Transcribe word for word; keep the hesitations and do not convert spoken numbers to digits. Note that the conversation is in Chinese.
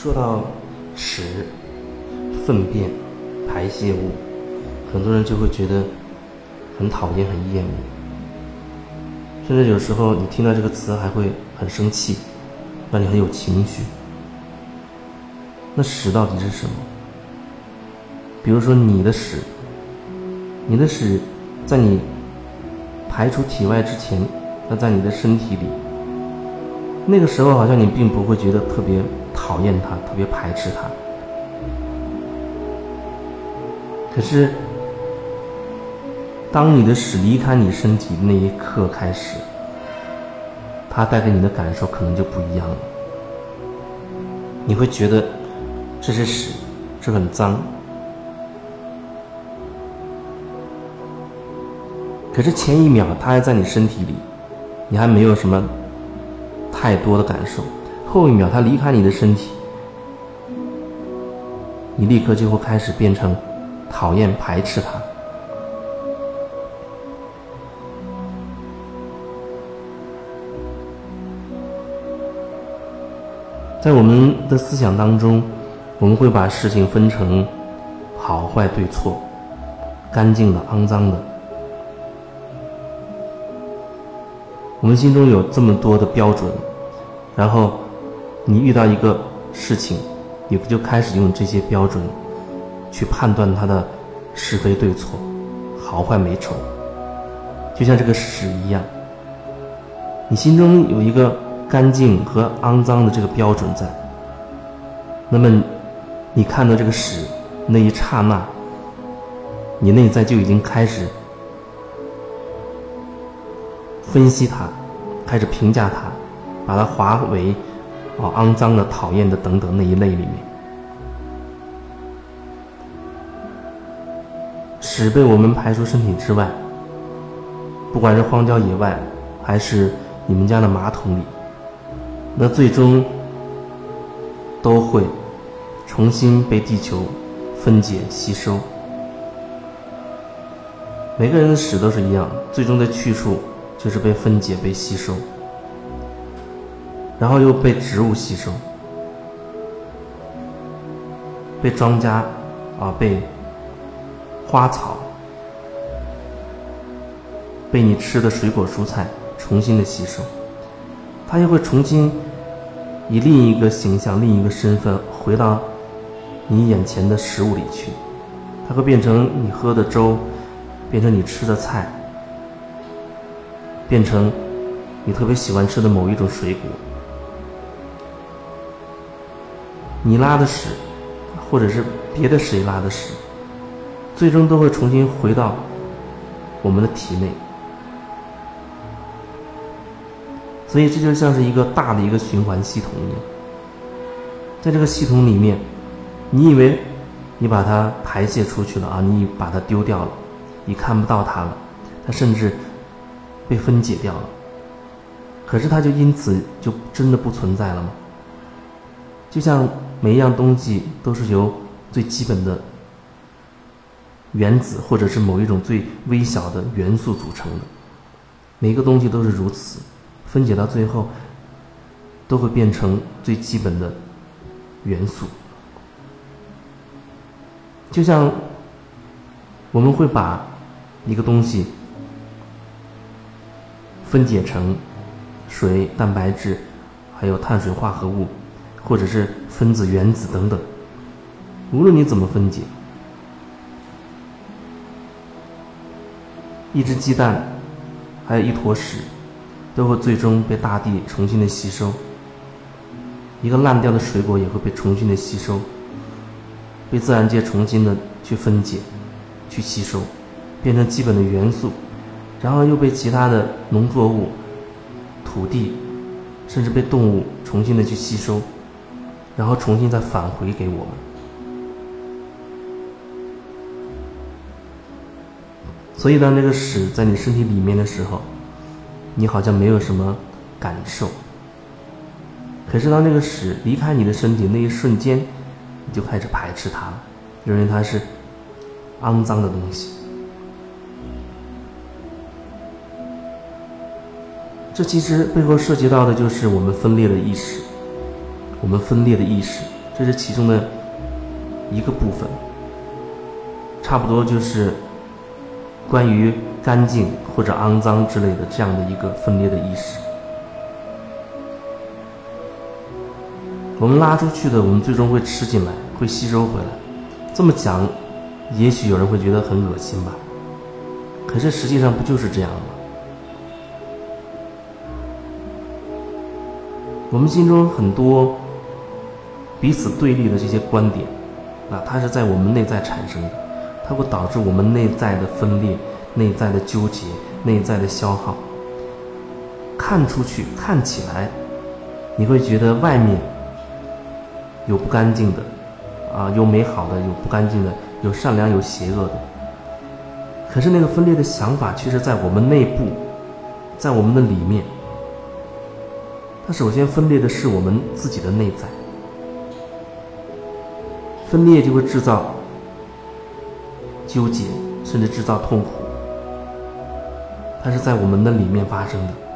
说到屎、粪便、排泄物，很多人就会觉得很讨厌、很厌恶，甚至有时候你听到这个词还会很生气，让你很有情绪。那屎到底是什么？比如说你的屎，你的屎在你排出体外之前，它在你的身体里，那个时候好像你并不会觉得特别讨厌它，特别排斥它。可是当你的屎离开你身体的那一刻开始，它带给你的感受可能就不一样了。你会觉得这是屎，这很脏。可是前一秒它还在你身体里，你还没有什么太多的感受，后一秒它离开你的身体，你立刻就会开始变成讨厌、排斥它。在我们的思想当中，我们会把事情分成好坏对错，干净的、肮脏的。我们心中有这么多的标准，然后你遇到一个事情，你就开始用这些标准去判断它的是非对错，好坏美丑，就像这个屎一样，你心中有一个干净和肮脏的这个标准在，那么你看到这个屎那一刹那，你内在就已经开始分析它，开始评价它，把它划为哦肮脏的、讨厌的等等那一类里面。屎被我们排出身体之外，不管是荒郊野外还是你们家的马桶里，那最终都会重新被地球分解吸收。每个人的屎都是一样，最终的去处就是被分解、被吸收，然后又被植物吸收，被庄稼啊，被花草，被你吃的水果蔬菜重新的吸收，它又会重新以另一个形象、另一个身份回到你眼前的食物里去，它会变成你喝的粥，变成你吃的菜，变成你特别喜欢吃的某一种水果。你拉的屎，或者是别的谁拉的屎，最终都会重新回到我们的体内。所以这就像是一个大的一个循环系统一样，在这个系统里面，你以为你把它排泄出去了啊，你把它丢掉了，你看不到它了，它甚至被分解掉了，可是它就因此就真的不存在了吗？就像每一样东西都是由最基本的原子或者是某一种最微小的元素组成的，每个东西都是如此，分解到最后都会变成最基本的元素。就像我们会把一个东西分解成水、蛋白质，还有碳水化合物，或者是分子、原子等等，无论你怎么分解，一只鸡蛋还有一坨屎都会最终被大地重新的吸收，一个烂掉的水果也会被重新的吸收，被自然界重新的去分解、去吸收，变成基本的元素，然后又被其他的农作物、土地，甚至被动物重新的去吸收，然后重新再返回给我们。所以当这个屎在你身体里面的时候，你好像没有什么感受，可是当这个屎离开你的身体那一瞬间，你就开始排斥它了，认为它是肮脏的东西。这其实背后涉及到的就是我们分裂的意识，我们分裂的意识， 这是其中的一个部分，差不多就是关于干净或者肮脏之类的这样的一个分裂的意识。我们拉出去的，我们最终会吃进来，会吸收回来。这么讲，也许有人会觉得很恶心吧，可是实际上不就是这样吗？我们心中很多彼此对立的这些观点，啊，它是在我们内在产生的，它会导致我们内在的分裂、内在的纠结、内在的消耗。看出去，看起来，你会觉得外面有不干净的，啊，有美好的，有不干净的，有善良，有邪恶的。可是那个分裂的想法，却是在我们内部，在我们的里面。它首先分裂的是我们自己的内在，分裂就会制造纠结，甚至制造痛苦。它是在我们的里面发生的。